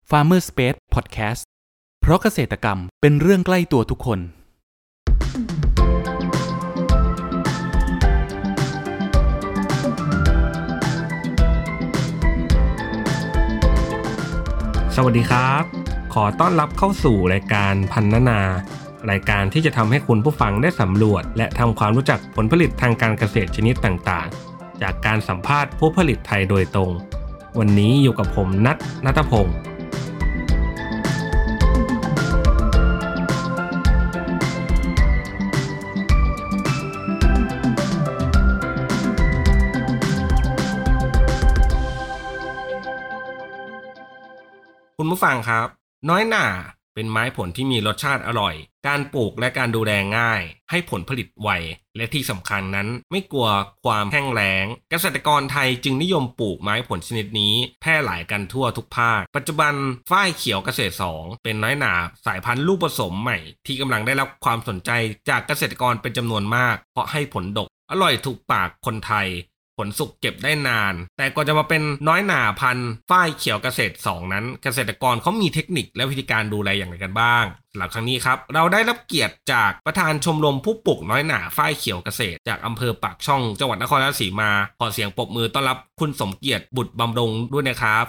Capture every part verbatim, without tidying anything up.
Farmer Space Podcast เพราะเกษตรกรรมเป็นเรื่องใกล้ตัวทุกคนสวัสดีครับขอต้อนรับเข้าสู่รายการพันนานารายการที่จะทำให้คุณผู้ฟังได้สำรวจและทำความรู้จักผลผลิตทางการเกษตรชนิดต่างๆจากการสัมภาษณ์ผู้ผลิตไทยโดยตรงวันนี้อยู่กับผมนัท ณัฐพงศ์คุณผู้ฟังครับน้อยหน่าเป็นไม้ผลที่มีรสชาติอร่อยการปลูกและการดูแลง่ายให้ผลผลิตไวและที่สำคัญนั้นไม่กลัวความแห้งแล้งเกษตรกรไทยจึงนิยมปลูกไม้ผลชนิดนี้แพร่หลายกันทั่วทุกภาคปัจจุบันฝ้ายเขียวเกษตรสองเป็นน้อยหน่าสายพันธุ์ลูกผสมใหม่ที่กำลังได้รับความสนใจจากเกษตรกรเป็นจำนวนมากเพราะให้ผลดกอร่อยถูกปากคนไทยผลสุกเก็บได้นานแต่ก่อนจะมาเป็นน้อยหน่าพันธุ์ฝ้ายเขียวเกษตรสองนั้นเกษตรกรเขามีเทคนิคและวิธีการดูแลอย่างไรกันบ้างสำหรับครั้งนี้ครับเราได้รับเกียรติจากประธานชมรมผู้ปลูกน้อยหน่าฝ้ายเขียวเกษตรจากอำเภอปากช่องจังหวัดนครราชสีมาขอเสียงปรบมือต้อนรับคุณสมเกียรติบุตรบำรุงด้วยนะครับ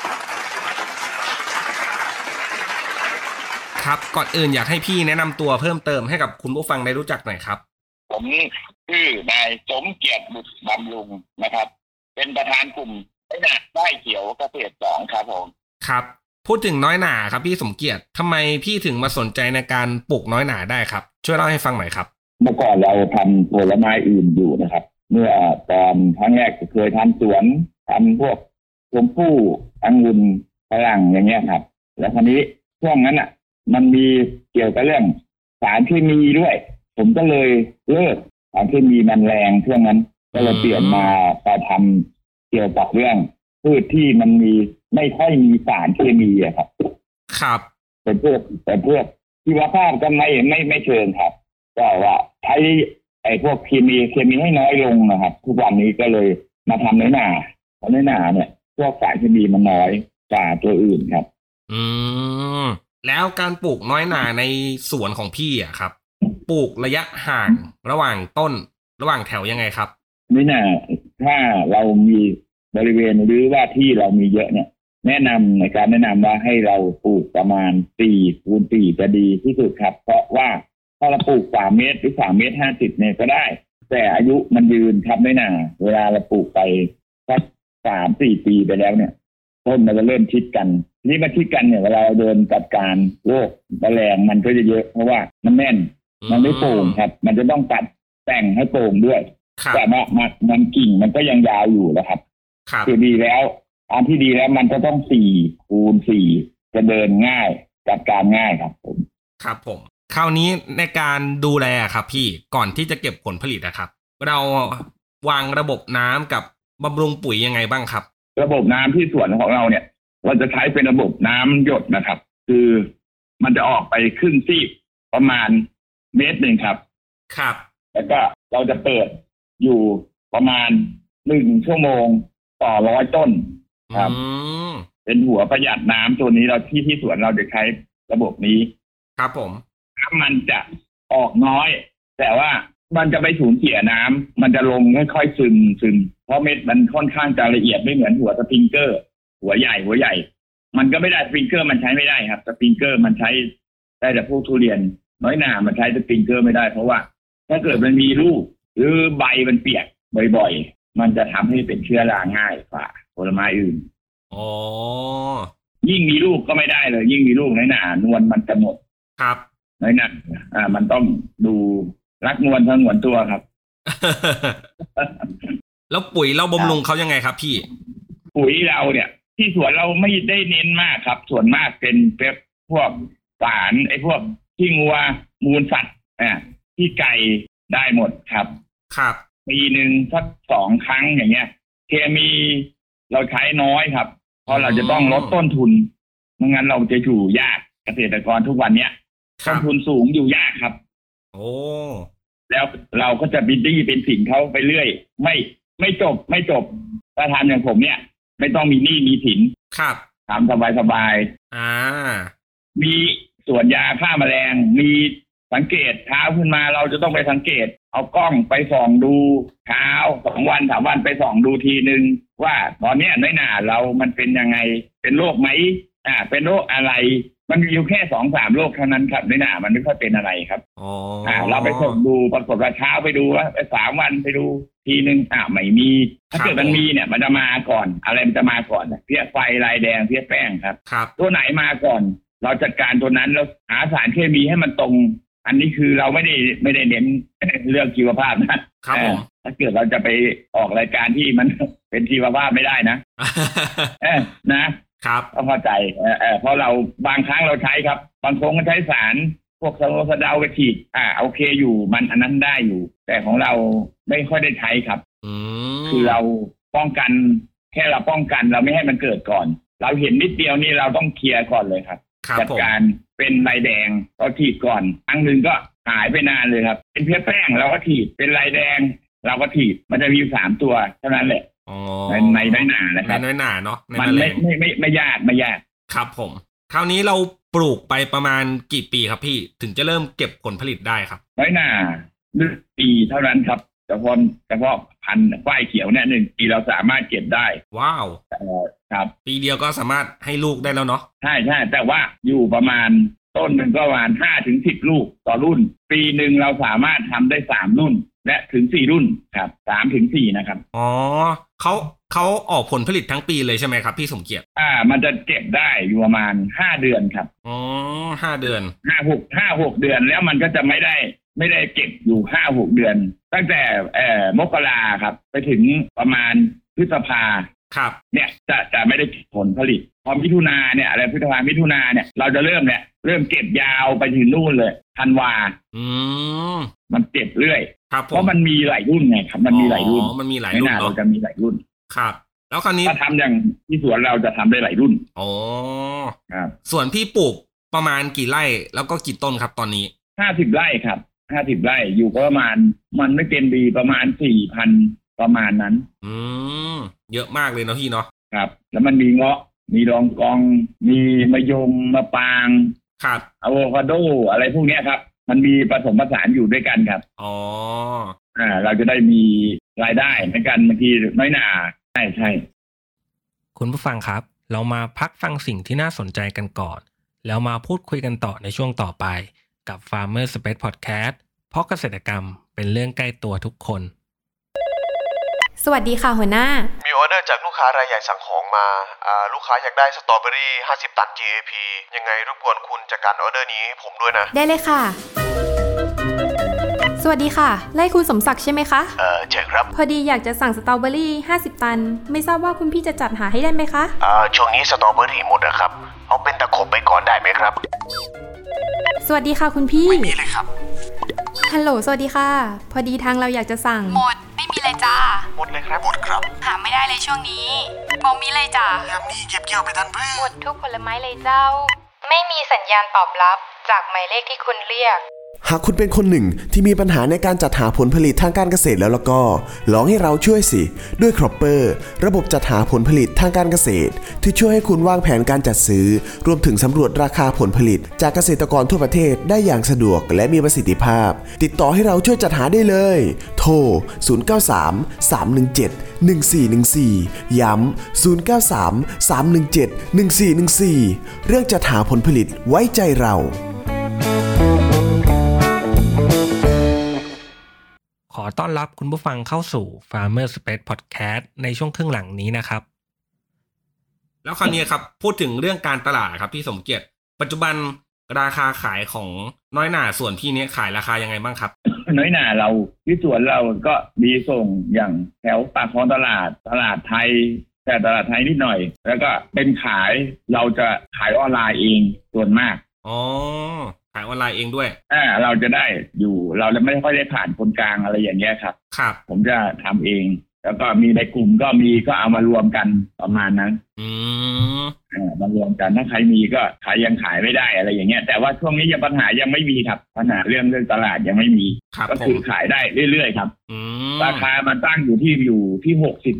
ครับก่อนอื่นอยากให้พี่แนะนำตัวเพิ่มเติมให้กับคุณผู้ฟังได้รู้จักหน่อยครับผมชื่อนายสมเกียรติบุตรบำรุงนะครับเป็นประธานกลุ่มน้อยหน่าฝ้ายเขียวเกษตรสองครับผมครับพูดถึงน้อยหน่าครับพี่สมเกียรติทำไมพี่ถึงมาสนใจในการปลูกน้อยหน่าได้ครับช่วยเล่าให้ฟังหน่อยครับเมื่อก่อนเราทำผลไม้อื่นอยู่นะครับเมื่อตอนครั้งแรกเคยทำสวนทำพวกชมพู่องุ่นฝรั่งอย่างเงี้ยครับแล้วคราวนี้ช่วงนั้นอ่ะมันมีเกี่ยวกับเรื่องสารเคมีด้วยผมก็เลยเลิกสารเคมีมันแรงช่วงนั้นก็เลยเปลี่ยนมาไปทำเกี่ยวกับเรื่องพืชที่มันมีไม่ค่อยมีสารเคมีอะครับครับเป็นพวกแต่พวกชีวภาพก็ไม่ไม่ไม่เชิงครับก็ว่าใช้ไอ้พวกเคมีเคมีให้น้อยลงนะครับทุกวันนี้ก็เลยมาทำน้อยหน่าเพราะน้อยหน่าเนี่ยพวกสารเคมีมันน้อยกว่าตัวอื่นครับอืมแล้วการปลูกน้อยหน่าในสวนของพี่อะครับปลูกระยะห่างระหว่างต้นระหว่างแถวยังไงครับน้อยหน่าถ้าเรามีบริเวณหรือว่าที่เรามีเยอะเนี่ยแนะนำในการแนะนำว่าให้เราปลูกประมาณสี่คูณสี่จะดีที่สุดครับเพราะว่าถ้าเราปลูกสามเมตรหรือสามเมตรห้าสิบเนี่ยก็ได้แต่อายุมันยืนครับน้อยหน่าเวลาเราปลูกไปสักสามสี่ปีไปแล้วเนี่ยต้นมันจะเริ่มชิดกันนี่มาชิดกันเนี่ยเวลาเราเดินจัดการโรคแมลงมันก็จะเยอะเพราะว่ามันแน่นมันไม่โป่งครับมันจะต้องตัดแต่งให้โป่งด้วยแต่ว่ามันมันกิ่งมันก็ยังยาวอยู่นะครับคือดีแล้วอันที่ดีแล้วมันก็ต้องสี่คูณสี่จะเดินง่ายจัดการง่ายครับผมครับผมคราวนี้ในการดูแลครับพี่ก่อนที่จะเก็บผลผลิตนะครับเราวางระบบน้ำกับบำรุงปุ๋ยยังไงบ้างครับระบบน้ำที่สวนของเราเนี่ยเราจะใช้เป็นระบบน้ำหยดนะครับคือมันจะออกไปครึ่งซีกประมาณเมตรหนึ่งครับครับแล้วก็เราจะเปิดอยู่ประมาณหนึ่งชั่วโมงต่อร้อยต้นครับเป็นหัวประหยัดน้ำตัวนี้เราที่ที่สวนเราจะใช้ระบบนี้ครับผมถ้ามันจะออกน้อยแต่ว่ามันจะไปสูญเสียน้ำมันจะลงค่อยๆซึมซึมเพราะเม็ดมันค่อนข้างจะละเอียดไม่เหมือนหัวสปริงเกอร์หัวใหญ่หัวใหญ่มันก็ไม่ได้สปริงเกอร์มันใช้ไม่ได้ครับสปริงเกอร์มันใช้ได้แต่พวกทุเรียนน้อยหน่ามันใช้สปริงเกอร์ไม่ได้เพราะว่าถ้าเกิดมันมีลูกหรือใบมันเปียกบ่อยๆมันจะทำให้เป็นเชื้อราง่ายกว่าผลไม้อื่นอ๋อยิ่งมีลูกก็ไม่ได้เลยยิ่งมีลูกน้อยหน่านวลมันจะหมดครับน้อยหน่าอ่ามันต้องดูรักนวลทั้งนวลตัวครับแล้วปุ๋ยเราบำรุงเขายังไงครับพี่ปุ๋ยเราเนี่ยที่สวนเราไม่ได้เน้นมากครับส่วนมากเป็นเป็นพวกสารไอ้พวกขี้งัวมูลสัตว์อ่าที่ไก่ได้หมดครับครับปีหนึ่งสักสองครั้งอย่างเงี้ยเคมีเราใช้น้อยครับเพราะเราจะต้องลดต้นทุนไม่งั้นเราจะอยู่ยากเกษตรกรทุกวันเนี้ยต้นทุนสูงอยู่ยากครับโอ้แล้วเราก็จะบิดดี้เป็นสินเขาไปเรื่อยไม่ไม่จบไม่จบถ้าทำอย่างผมเนี่ยไม่ต้องมีหนี้มีสินครับทำสบายๆอ่ามีสวนยาฆ่าแมลงมีสังเกตเช้าขึ้นมาเราจะต้องไปสังเกตเอากล้องไปส่องดูเช้าสองวันสามวันไปส่องดูทีนึงว่าตอนนี้น้อยหน่าเรามันเป็นยังไงเป็นโรคไหมอ่าเป็นโรคอะไรมันมีอยู่แค่สองสามโรคเท่านั้นครับน้อยหน่ามันไม่ค่อยเป็นอะไรครับอ๋ออ่าเราไปส่องดูปรากฏว่าเช้าไปดูว่าไปสามวันไปดูทีนึงอ่าไม่มีถ้าเกิดมันมีเนี่ยมันจะมาก่อนอะไรมันจะมาก่อนเพี้ยไฟลายแดงเพี้ยแป้งครับครับตัวไหนมาก่อนเราจัดการตัวนั้นแล้วหาสารเคมีให้มันตรงอันนี้คือเราไม่ได้ไม่ได้เน้นเรื่องชีวภาพนะครับผมถ้าเกิดเราจะไปออกรายการที่มันเป็นชีวภาพไม่ได้นะ เออนะครับต้องเข้าใจเออเออเพราะเราบางครั้งเราใช้ครับบางครั้งก็ใช้สารพวกสโลสะเดากระฉีดอ่าโอเคอยู่มันอันนั้นได้อยู่แต่ของเราไม่ค่อยได้ใช้ครับคือเราป้องกันแค่เราป้องกันเราไม่ให้มันเกิดก่อนเราเห็นนิดเดียวนี่เราต้องเคลียร์ก่อนเลยครับจัดการเป็นลายแดงเราฉีดก่อนครั้งหนึ่งก็หายไปนานเลยครับเป็นเพี้ยแป้งเราก็ฉีดเป็นลายแดงเราก็ฉีดมันจะมีสามตัวเท่านั้นแหละในในน้อยหนานะครับในน้อยหนาเนาะมันไม่ไม่ไม่ไม่ยากไม่ยากครับผมคราวนี้เราปลูกไปประมาณกี่ปีครับพี่ถึงจะเริ่มเก็บผลผลิตได้ครับน้อยหนาหนึ่งปีเท่านั้นครับเฉพาะเฉพาะพันธุ์ฝ้ายเขียวเนี่ยหนึ่งปีเราสามารถเก็บได้ว้าวครับปีเดียวก็สามารถให้ลูกได้แล้วเนาะใช่ใช่แต่ว่าอยู่ประมาณต้นหนึ่งก็ประมาณห้าถึงสิบลูกต่อรุ่นปีหนึ่งเราสามารถทำได้สามรุ่นและถึงสี่รุ่นครับสามถึงสี่นะครับอ๋อเขาเขาออกผลผลิตทั้งปีเลยใช่ไหมครับพี่สมเกียรติอ่ามันจะเก็บได้อยู่ประมาณห้าเดือนครับอ๋อห้าเดือนห้าหกห้าหกเดือนแล้วมันก็จะไม่ได้ไม่ได้เก็บอยู่ห้าหกเดือนตั้งแต่เอ่อมกราครับไปถึงประมาณพฤษภาครับเนี่ยจะจะไม่ได้ผลผลิตพอมิถุนาเนี่ยอะไรพฤษภามิถุนาเนี่ยเราจะเริ่มเนี่ยเริ่มเก็บยาวไปถึงนู่นเลยธันวาอืมมันเก็บเรื่อยเพราะมันมีหลายรุ่นไงครับมันมีหลายรุ่นอ๋อมันมีหลายรุ่นเราจะมีหลายรุ่นครับแล้วคราวนี้ถ้าทำอย่างที่สวนเราจะทำได้หลายรุ่นอ๋อครับส่วนพี่ปลูกประมาณกี่ไร่แล้วก็กี่ต้นครับตอนนี้ห้าสิบไร่ครับห้าสิบไร่อยู่ประมาณมันไม่เต็มดีประมาณสี่พันประมาณนั้นอืมเยอะมากเลยเนาะพี่เนาะครับแล้วมันมีเงาะมีรองกองมีมะยมมะปางครับอะโวคาโดอะไรพวกนี้ครับมันมีผสมผสานอยู่ด้วยกันครับอ๋ออ่าเราจะได้มีรายได้เหมือนกันบางทีน้อยหนาใช่ใช่คุณผู้ฟังครับเรามาพักฟังสิ่งที่น่าสนใจกันก่อนแล้วมาพูดคุยกันต่อในช่วงต่อไปกับ Farmer Space Podcast เพราะเกษตรกรรมเป็นเรื่องใกล้ตัวทุกคนสวัสดีค่ะหัวหน้ามีออเดอร์จากลูกค้ารายใหญ่สั่งของมาอ่าลูกค้าอยากได้สตรอเบอรี่ห้าสิบตัน จี เอ พี ยังไงรบกวนคุณจัดการออเดอร์นี้ผมด้วยนะได้เลยค่ะสวัสดีค่ะไล่คุณสมศักดิ์ใช่ไหมคะเออใช่ครับพอดีอยากจะสั่งสตรอเบอรี่ห้าสิบตันไม่ทราบว่าคุณพี่จะจัดหาให้ได้ไหมคะอ่าช่วงนี้สตรอเบอรี่หมดอะครับเอาเป็นตะขบไปก่อนได้ไหมครับสวัสดีค่ะคุณพี่ไม่มีเลยครับฮัลโหลสวัสดีค่ะพอดีทางเราอยากจะสั่งหมดไม่มีเลยจ้าหมดเลยครับหมดครับหาไม่ได้เลยช่วงนี้บอกมีเลยจ้าอย่ามีเก็บเกี่ยวไปทันเพื่อหมดทุกผลไม้เลยเจ้าไม่มีสัญญาณตอบรับจากหมายเลขที่คุณเรียกหากคุณเป็นคนหนึ่งที่มีปัญหาในการจัดหาผลผลิตทางการเกษตรแล้วล่ะก็ลองให้เราช่วยสิด้วย Cropper ระบบจัดหาผลผลิตทางการเกษตรที่ช่วยให้คุณวางแผนการจัดซื้อรวมถึงสำรวจราคาผลผลิตจากเกษตรกรทั่วประเทศได้อย่างสะดวกและมีประสิทธิภาพติดต่อให้เราช่วยจัดหาได้เลยโทรศูนย์ เก้า สาม สาม หนึ่ง เจ็ด หนึ่ง สี่ หนึ่ง สี่ย้ำศูนย์ เก้า สาม สาม หนึ่ง เจ็ด หนึ่ง สี่ หนึ่ง สี่เรื่องจัดหาผลผลิตไว้ใจเราขอต้อนรับคุณผู้ฟังเข้าสู่ Farmer Space Podcast ในช่วงครึ่งหลังนี้นะครับแล้วคราวนี้ครับพูดถึงเรื่องการตลาดครับพี่สมเกียรติปัจจุบันราคาขายของน้อยหน่าส่วนพี่นี้ขายราคายังไงบ้างครับน้อยหน่าเราที่สวนเราก็มีส่งอย่างแถวปากคลองตลาดตลาดไทยแต่ตลาดไทยนิดหน่อยแล้วก็เป็นขายเราจะขายออนไลน์เองส่วนมากอ๋อขายออนไลน์เองด้วยอ่าเราจะได้อยู่เราจะไม่ค่อยได้ผ่านคนกลางอะไรอย่างเงี้ยครับครับผมจะทำเองแล้วก็มีในกลุ่มก็มีก็เอามารวมกันประมาณนั้นอืมอ่ามารวมกันถ้าใครมีก็ขายยังขายไม่ได้อะไรอย่างเงี้ยแต่ว่าช่วงนี้ยังปัญหายังไม่มีครับปัญหาเรื่องเรื่องตลาดยังไม่มีก็คือขายได้เรื่อยๆครับราคามันตั้งอยู่ที่อยู่ที่หกสิบบาท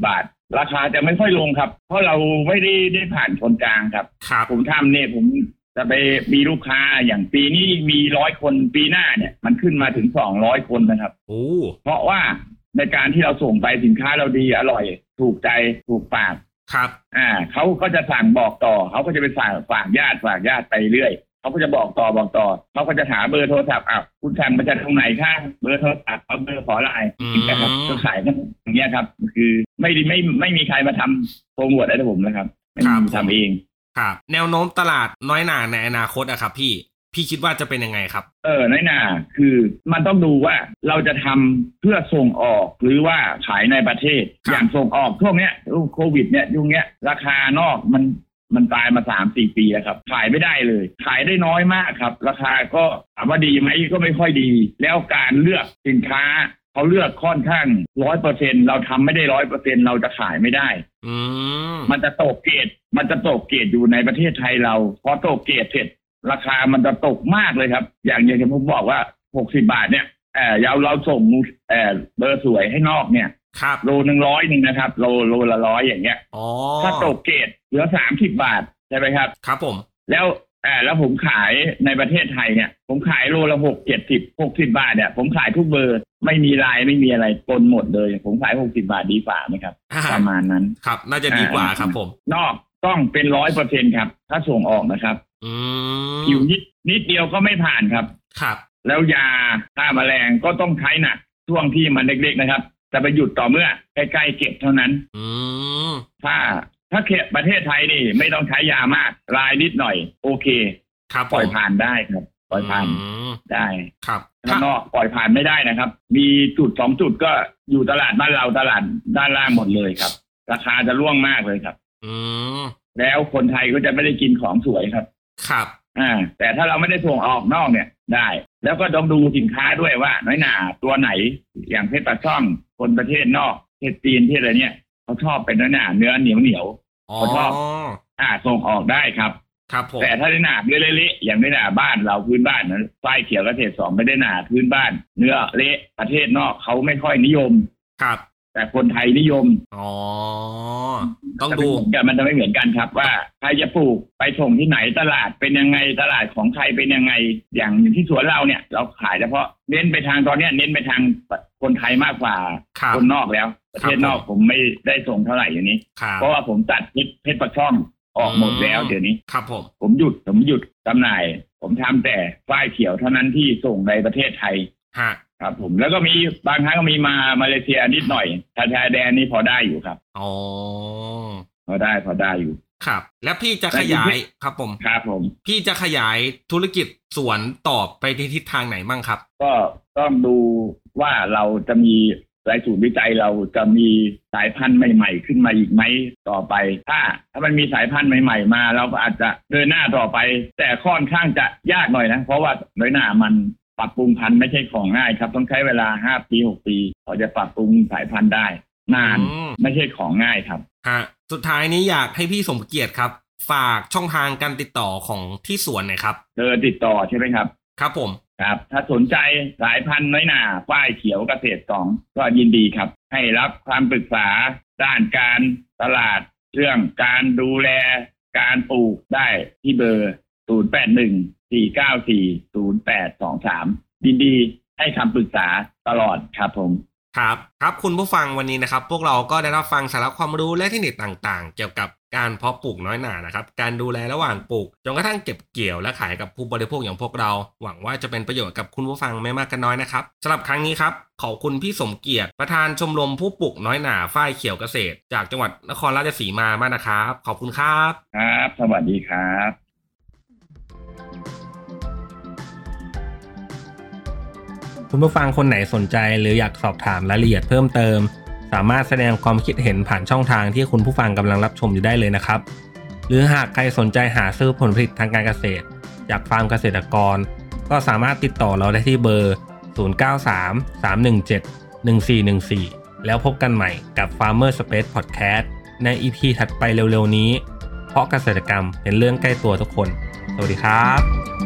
ราคาจะไม่ค่อยลงครับเพราะเราไม่ได้ได้ผ่านคนกลางครับผมทำเนี่ยผมจะไปมีลูกค้าอย่างปีนี้มีร้อยคนปีหน้าเนี่ยมันขึ้นมาถึงสองร้อยคนนะครับโอ้เพราะว่าในการที่เราส่งไปสินค้าเราดีอร่อยถูกใจถูกปากครับอ่าเขาก็จะสั่งบอกต่อเขาก็จะไปฝากฝากญาติฝากญาติไปเรื่อยเขาก็จะบอกต่อบอกต่อเขาก็จะหาเบอร์โทรศัพท์อ่ะคุณสั่งมาจากตรงไหนคะเบอร์โทรศัพท์เอาเบอร์ขอไลน์นะครับก็ขายกันอย่างเงี้ยครับคือไม่ไม่ไม่ไม่มีใครมาทำโปรโมทให้ผมนะครับไม่มีทำเองครับแนวโน้มตลาดน้อยหน่าในอนาคตอะครับพี่พี่คิดว่าจะเป็นยังไงครับเออน้อยหน่าคือมันต้องดูว่าเราจะทำเพื่อส่งออกหรือว่าขายในประเทศอย่างส่งออกช่วงเนี้ยโควิดเนี่ยยุคเนี้ยราคานอกมันมันตายมา สามถึงสี่ ปีแล้วครับขายไม่ได้เลยขายได้น้อยมากครับราคาก็ถามว่าดีไหมก็ไม่ค่อยดีแล้วการเลือกสินค้าเขาเลือกค่อนข้าง ร้อยเปอร์เซ็นต์ เราทำไม่ได้ ร้อยเปอร์เซ็นต์ เราจะขายไม่ได้อืมมันจะตกเกรดมันจะตกเกรดอยู่ในประเทศไทยเราพอตกเกรดเสร็จราคามันจะตกมากเลยครับอย่างอย่างที่ผมบอกว่าหกสิบบาทเนี่ยเอ่อเราเราส่งเอ่อเบอร์สวยให้นอกเนี่ยครับโลหนึ่งร้อยนึงนะครับโลโลละร้อยอย่างเงี้ยอ๋อถ้าตกเกรดเหลือสามสิบบาทใช่ไหมครับครับผมแล้วเอ่อแล้วผมขายในประเทศไทยเนี่ยผมขายโลละหก เจ็ดสิบ หกสิบบาทเนี่ยผมขายทุกเบอร์ไม่มีลายไม่มีอะไรปนหมดเลยผมขายหกสิบบาทดีกว่าไหมครับประมาณนั้นครับน่าจะดีกว่าครับผมนอกต้องเป็น ร้อยเปอร์เซ็นต์ ครับถ้าส่งออกนะครับอืมอยู่นิดนิดเดียวก็ไม่ผ่านครับครับแล้วยาฆ่าแมลงก็ต้องใช้หนักช่วงที่มันเล็กๆนะครับจะไปหยุดต่อเมื่อใกล้ๆเก็บเท่านั้นอืมถ้าถ้าเขตประเทศไทยนี่ไม่ต้องใช้ยามากรายนิดหน่อยโอเคครับปล่อยผ่านได้ครับปล่อยผ่านได้ครับข้างนอกปล่อยผ่านไม่ได้นะครับมีจุดสองจุดก็อยู่ตลาดบ้านเราตลาดด้านล่างหมดเลยครับราคาจะร่วงมากเลยครับอืมแล้วคนไทยก็จะไม่ได้กินของสวยครับครับอ่าแต่ถ้าเราไม่ได้ส่งออกนอกเนี่ยได้แล้วก็ต้องดูสินค้าด้วยว่าน้อยหน่าตัวไหนอย่างเพชรปลาช่องคนประเทศนอกประเทศจีนที่อะไรเนี่ยเขาชอบเป็นน้อยหน่าเนื้อเหนียวเหนียวเขาชอบอ่าส่งออกได้ครับครับผมแต่ถ้าน้อยหน่าเนื้อเละๆอย่างน้อยหน่าบ้านเราพื้นบ้านนะฝ้ายเขียวเกษตรสองไม่ได้หน่าพื้นบ้านเนื้อเละประเทศนอกเขาไม่ค่อยนิยมครับแต่คนไทยนิยมอ๋อต้องดูกันมันจะไม่เหมือนกันครับว่าใครจะปลูกไปส่งที่ไหนตลาดเป็นยังไงตลาดของใครเป็นยังไงอย่างที่สวนเราเนี่ยเราขายเฉพาะเน้นไปทางตอนนี้เน้นไปทางคนไทยมากกว่าคนนอกแล้วประเทศนอกผมไม่ได้ส่งเท่าไหร่อย่างนี้เพราะว่าผมตัดเพชรปลาช่องออกหมดแล้วเดี๋ยวนี้ครับผมผมหยุดผมหยุดจำหน่ายผมทำแต่ฝ้ายเขียวเท่านั้นที่ส่งในประเทศไทยครับผมแล้วก็มีบางครั้งก็มีมามาเลเซียนิดหน่อยชายชายแดนนี่พอได้อยู่ครับอ๋อพอได้พอได้อยู่ครับแล้วพี่จะขยายครับผมครับผมพี่จะขยายธุรกิจสวนต่อไปในทิศทางไหนมั่งครับก็ต้องดูว่าเราจะมีรายศูนย์วิจัยเราจะมีสายพันธุ์ใหม่ๆขึ้นมาอีกไหมต่อไปถ้าถ้ามันมีสายพันธุ์ใหม่ๆมาเราก็อาจจะเดินหน้าต่อไปแต่ค่อนข้างจะยากหน่อยนะเพราะว่าน้อยหน่ามันปรับปรุงพันธุ์ไม่ใช่ของง่ายครับต้องใช้เวลาห้าปีหกปีพอจะปรับปรุงสายพันธุ์ได้นานไม่ใช่ของง่ายครับฮะสุดท้ายนี้อยากให้พี่สมเกียรติครับฝากช่องทางการติดต่อของที่สวนหน่อยครับเออติดต่อใช่ไหมครับครับผมครับถ้าสนใจสายพันธุ์น้อยหน่าฝ้ายเขียวเกษตรสองก็ยินดีครับให้รับความปรึกษาด้านการตลาดเรื่องการดูแลการปลูกได้ที่เบอร์ศูนย์ แปด หนึ่ง สี่ เก้า สี่ ศูนย์ แปด สอง สามยินดีให้คำปรึกษาตลอดครับผมครับครับคุณผู้ฟังวันนี้นะครับพวกเราก็ได้รับฟังสาระความรู้และเทคนิคต่างๆเกี่ยวกับการเพาะปลูกน้อยหน่านะครับการดูแลระหว่างปลูกจนกระทั่งเก็บเกี่ยวและขายกับผู้บริโภคอย่างพวกเราหวังว่าจะเป็นประโยชน์กับคุณผู้ฟังไม่มากก็น้อยนะครับสำหรับครั้งนี้ครับขอบคุณพี่สมเกียรติประธานชมรมผู้ปลูกน้อยหน่าฝ้ายเขียวเกษตรจากจังหวัดนครราชสีมามากนะครับขอบคุณครับครับสวัสดีครับคุณผู้ฟังคนไหนสนใจหรืออยากสอบถามรายละเอียดเพิ่มเติมสามารถแสดงความคิดเห็นผ่านช่องทางที่คุณผู้ฟังกำลังรับชมอยู่ได้เลยนะครับหรือหากใครสนใจหาซื้อผลผลิตทางการเกษตรจากฟาร์มเกษตรกรก็สามารถติดต่อเราได้ที่เบอร์ศูนย์ เก้า สาม สาม หนึ่ง เจ็ด หนึ่ง สี่ หนึ่ง สี่แล้วพบกันใหม่กับ Farmer Space Podcast ใน อี พี ถัดไปเร็วๆนี้เพราะเกษตรกรรมเป็นเรื่องใกล้ตัวทุกคนสวัสดีครับ